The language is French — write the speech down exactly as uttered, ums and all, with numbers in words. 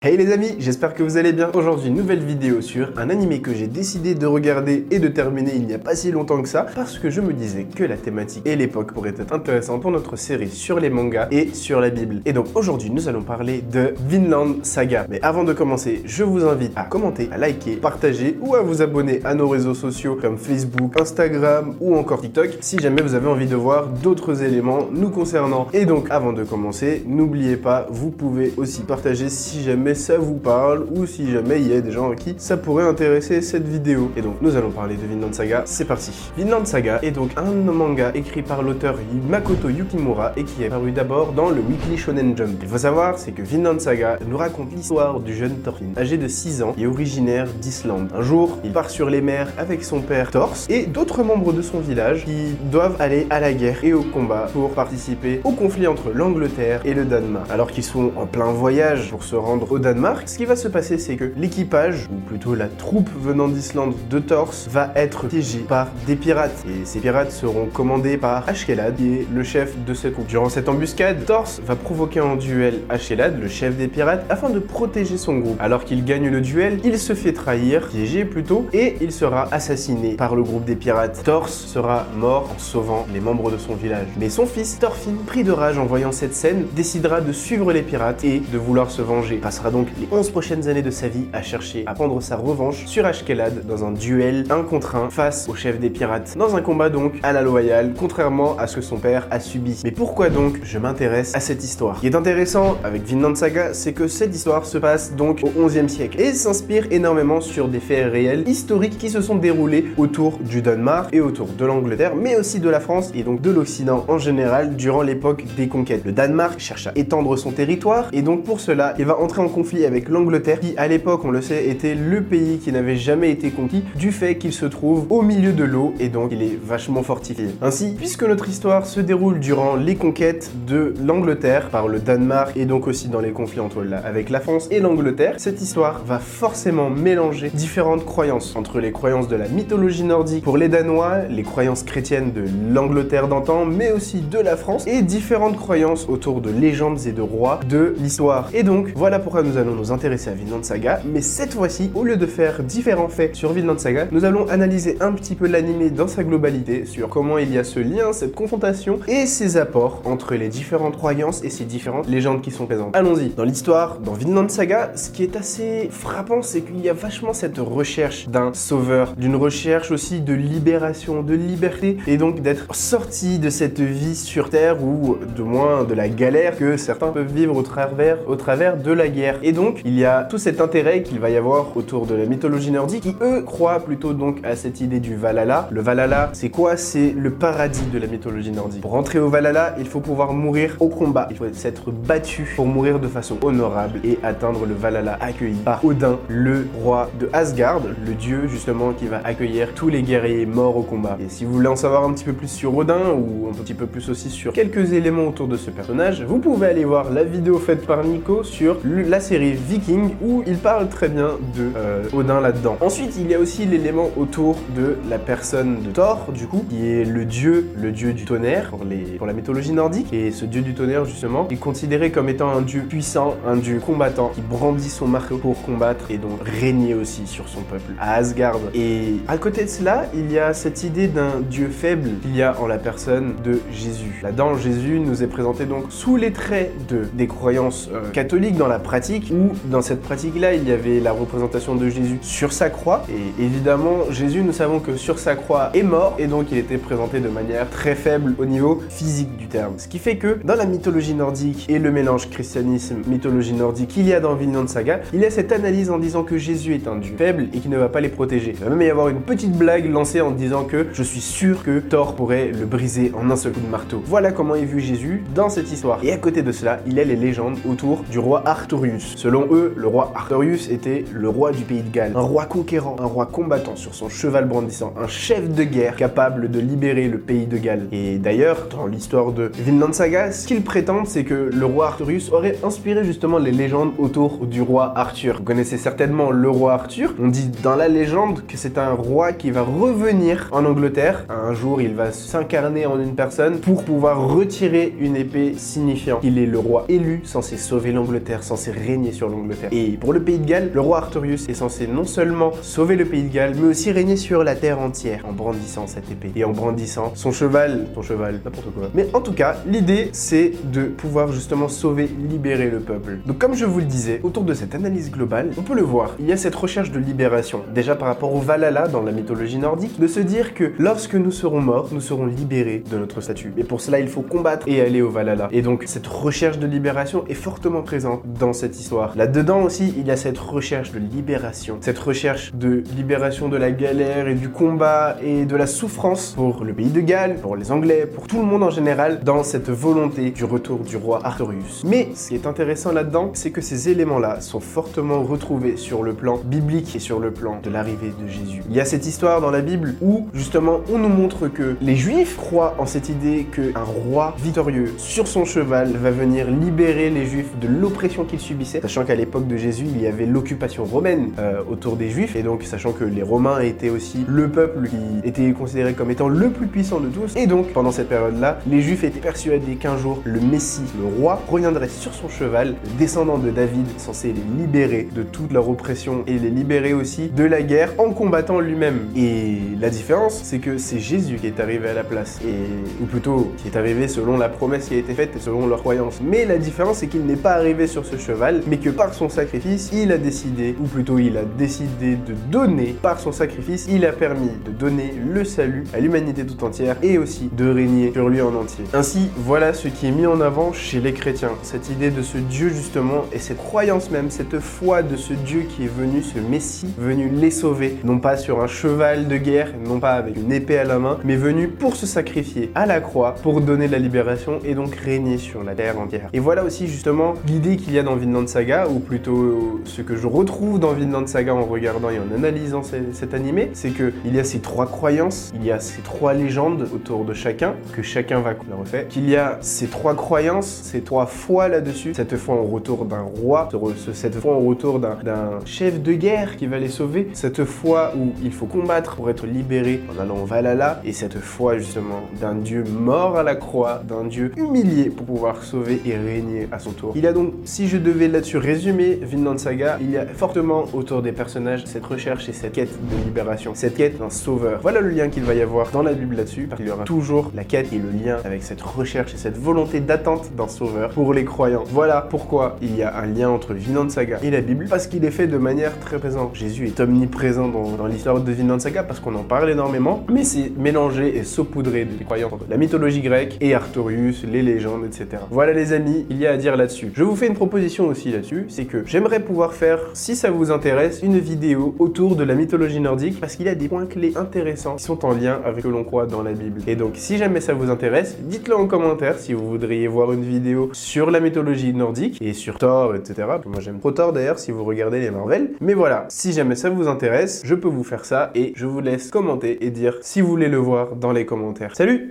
Hey les amis, j'espère que vous allez bien. Aujourd'hui, nouvelle vidéo sur un animé que j'ai décidé de regarder et de terminer il n'y a pas si longtemps que ça, parce que je me disais que la thématique et l'époque pourraient être intéressantes pour notre série sur les mangas et sur la Bible. Et donc aujourd'hui, nous allons parler de Vinland Saga. Mais avant de commencer, je vous invite à commenter, à liker, partager ou à vous abonner à nos réseaux sociaux comme Facebook, Instagram ou encore TikTok si jamais vous avez envie de voir d'autres éléments nous concernant. Et donc avant de commencer, n'oubliez pas, vous pouvez aussi partager si jamais ça vous parle ou si jamais il y a des gens à qui ça pourrait intéresser cette vidéo. Et donc nous allons parler de Vinland Saga, c'est parti. Vinland Saga est donc un manga écrit par l'auteur Makoto Yukimura et qui est paru d'abord dans le Weekly Shonen Jump. Il faut savoir, c'est que Vinland Saga nous raconte l'histoire du jeune Thorfinn, âgé de six ans et originaire d'Islande. Un jour, il part sur les mers avec son père Thors et d'autres membres de son village qui doivent aller à la guerre et au combat pour participer au conflit entre l'Angleterre et le Danemark. Alors qu'ils sont en plein voyage pour se rendre au Danemark, ce qui va se passer, c'est que l'équipage, ou plutôt la troupe venant d'Islande de Thors, va être piégée par des pirates. Et ces pirates seront commandés par Ashkelad, qui est le chef de cette troupe. Durant cette embuscade, Thors va provoquer en duel Ashkelad, le chef des pirates, afin de protéger son groupe. Alors qu'il gagne le duel, il se fait trahir, piégé plutôt, et il sera assassiné par le groupe des pirates. Thors sera mort en sauvant les membres de son village. Mais son fils, Thorfinn, pris de rage en voyant cette scène, décidera de suivre les pirates et de vouloir se venger. Il passera donc les onze prochaines années de sa vie à chercher à prendre sa revanche sur Ashkelad dans un duel un contre un face au chef des pirates. Dans un combat donc à la loyale, contrairement à ce que son père a subi. Mais pourquoi donc je m'intéresse à cette histoire? Ce qui est intéressant avec Vinland Saga, c'est que cette histoire se passe donc au onzième siècle et s'inspire énormément sur des faits réels historiques qui se sont déroulés autour du Danemark et autour de l'Angleterre, mais aussi de la France et donc de l'Occident en général durant l'époque des conquêtes. Le Danemark cherche à étendre son territoire et donc pour cela, il va entrer en conflit avec l'Angleterre qui, à l'époque, on le sait, était le pays qui n'avait jamais été conquis du fait qu'il se trouve au milieu de l'eau et donc il est vachement fortifié. Ainsi, puisque notre histoire se déroule durant les conquêtes de l'Angleterre par le Danemark et donc aussi dans les conflits entre la, avec la France et l'Angleterre, cette histoire va forcément mélanger différentes croyances entre les croyances de la mythologie nordique pour les Danois, les croyances chrétiennes de l'Angleterre d'antan, mais aussi de la France et différentes croyances autour de légendes et de rois de l'histoire. Et donc, voilà pourquoi nous allons nous intéresser à Vinland Saga, mais cette fois-ci, au lieu de faire différents faits sur Vinland Saga, nous allons analyser un petit peu l'animé dans sa globalité, sur comment il y a ce lien, cette confrontation et ses apports entre les différentes croyances et ces différentes légendes qui sont présentes. Allons-y. Dans l'histoire, dans Vinland Saga, ce qui est assez frappant, c'est qu'il y a vachement cette recherche d'un sauveur, d'une recherche aussi de libération, de liberté, et donc d'être sorti de cette vie sur Terre, ou de moins de la galère que certains peuvent vivre au travers, au travers de la guerre. Et donc, il y a tout cet intérêt qu'il va y avoir autour de la mythologie nordique qui, eux, croient plutôt donc à cette idée du Valhalla. Le Valhalla, c'est quoi? C'est le paradis de la mythologie nordique. Pour rentrer au Valhalla, il faut pouvoir mourir au combat. Il faut s'être battu pour mourir de façon honorable et atteindre le Valhalla accueilli par Odin, le roi de Asgard, le dieu justement qui va accueillir tous les guerriers morts au combat. Et si vous voulez en savoir un petit peu plus sur Odin ou un petit peu plus aussi sur quelques éléments autour de ce personnage, vous pouvez aller voir la vidéo faite par Nico sur le, la série Viking où il parle très bien de euh, Odin là-dedans. Ensuite, il y a aussi l'élément autour de la personne de Thor, du coup, qui est le dieu, le dieu du tonnerre pour, les, pour la mythologie nordique. Et ce dieu du tonnerre, justement, est considéré comme étant un dieu puissant, un dieu combattant qui brandit son marteau pour combattre et donc régner aussi sur son peuple à Asgard. Et à côté de cela, il y a cette idée d'un dieu faible qu'il y a en la personne de Jésus. Là-dedans, Jésus nous est présenté donc sous les traits de, des croyances euh, catholiques dans la pratique, où dans cette pratique-là, il y avait la représentation de Jésus sur sa croix. Et évidemment, Jésus, nous savons que sur sa croix est mort, et donc il était présenté de manière très faible au niveau physique du terme. Ce qui fait que dans la mythologie nordique et le mélange christianisme-mythologie nordique qu'il y a dans Vinland Saga, il y a cette analyse en disant que Jésus est un dieu faible et qui ne va pas les protéger. Il va même y avoir une petite blague lancée en disant que je suis sûr que Thor pourrait le briser en un seul coup de marteau. Voilà comment est vu Jésus dans cette histoire. Et à côté de cela, il y a les légendes autour du roi Arthurius. Selon eux, le roi Arthurius était le roi du pays de Galles, un roi conquérant, un roi combattant sur son cheval brandissant, un chef de guerre capable de libérer le pays de Galles. Et d'ailleurs, dans l'histoire de Vinland Saga, ce qu'ils prétendent, c'est que le roi Arthurius aurait inspiré justement les légendes autour du roi Arthur. Vous connaissez certainement le roi Arthur. On dit dans la légende que c'est un roi qui va revenir en Angleterre. Un jour, il va s'incarner en une personne pour pouvoir retirer une épée signifiant qu'il est le roi élu, censé sauver l'Angleterre, censé régner sur l'Angleterre. Et pour le pays de Galles, le roi Arthurius est censé non seulement sauver le pays de Galles, mais aussi régner sur la terre entière en brandissant cette épée et en brandissant son cheval, son cheval, n'importe quoi. Mais en tout cas, l'idée c'est de pouvoir justement sauver, libérer le peuple. Donc comme je vous le disais, autour de cette analyse globale, on peut le voir, il y a cette recherche de libération. Déjà par rapport au Valhalla dans la mythologie nordique, de se dire que lorsque nous serons morts, nous serons libérés de notre statut. Et pour cela, il faut combattre et aller au Valhalla. Et donc cette recherche de libération est fortement présente dans cette histoire. Là-dedans aussi, il y a cette recherche de libération, cette recherche de libération de la galère et du combat et de la souffrance pour le pays de Galles, pour les Anglais, pour tout le monde en général, dans cette volonté du retour du roi Arthurius. Mais ce qui est intéressant là-dedans, c'est que ces éléments-là sont fortement retrouvés sur le plan biblique et sur le plan de l'arrivée de Jésus. Il y a cette histoire dans la Bible où, justement, on nous montre que les Juifs croient en cette idée qu'un roi victorieux sur son cheval va venir libérer les Juifs de l'oppression qu'ils subissaient, sachant qu'à l'époque de Jésus, il y avait l'occupation romaine euh, autour des Juifs, et donc sachant que les Romains étaient aussi le peuple qui était considéré comme étant le plus puissant de tous, et donc pendant cette période-là, les Juifs étaient persuadés qu'un jour, le Messie, le roi, reviendrait sur son cheval, le descendant de David, censé les libérer de toute leur oppression et les libérer aussi de la guerre en combattant lui-même. Et la différence, c'est que c'est Jésus qui est arrivé à la place, et, ou plutôt qui est arrivé selon la promesse qui a été faite et selon leur croyance. Mais la différence, c'est qu'il n'est pas arrivé sur ce cheval, mais que par son sacrifice, il a décidé, ou plutôt il a décidé de donner, par son sacrifice, il a permis de donner le salut à l'humanité tout entière et aussi de régner sur lui en entier. Ainsi, voilà ce qui est mis en avant chez les chrétiens, cette idée de ce Dieu justement et cette croyance même, cette foi de ce Dieu qui est venu, ce Messie, venu les sauver, non pas sur un cheval de guerre, non pas avec une épée à la main, mais venu pour se sacrifier à la croix, pour donner la libération et donc régner sur la terre entière. Et voilà aussi justement l'idée qu'il y a dans Vinland Saga, ou plutôt ce que je retrouve dans Vinland Saga en regardant et en analysant cet animé, c'est que il y a ces trois croyances, il y a ces trois légendes autour de chacun, que chacun va la refaire, qu'il y a ces trois croyances, ces trois foi là-dessus, cette foi en retour d'un roi, cette foi en retour d'un chef de guerre qui va les sauver, cette foi où il faut combattre pour être libéré en allant au Valhalla, et cette foi justement d'un Dieu mort à la croix, d'un Dieu humilié pour pouvoir sauver et régner à son tour. Il y a donc, si je devais là-dessus résumer Vinland Saga, il y a fortement autour des personnages cette recherche et cette quête de libération, cette quête d'un sauveur. Voilà le lien qu'il va y avoir dans la Bible là-dessus, parce qu'il y aura toujours la quête et le lien avec cette recherche et cette volonté d'attente d'un sauveur pour les croyants. Voilà pourquoi il y a un lien entre Vinland Saga et la Bible, parce qu'il est fait de manière très présente. Jésus est omniprésent dans, dans l'histoire de Vinland Saga parce qu'on en parle énormément, mais c'est mélangé et saupoudré des croyances entre la mythologie grecque et Arthurius, les légendes, et cetera. Voilà les amis, il y a à dire là-dessus. Je vous fais une proposition aussi là-dessus, c'est que j'aimerais pouvoir faire, si ça vous intéresse, une vidéo autour de la mythologie nordique, parce qu'il y a des points clés intéressants qui sont en lien avec ce que l'on croit dans la Bible. Et donc si jamais ça vous intéresse, dites-le en commentaire si vous voudriez voir une vidéo sur la mythologie nordique et sur Thor, et cetera. Moi j'aime trop Thor d'ailleurs si vous regardez les Marvel. Mais voilà, si jamais ça vous intéresse, je peux vous faire ça et je vous laisse commenter et dire si vous voulez le voir dans les commentaires. Salut!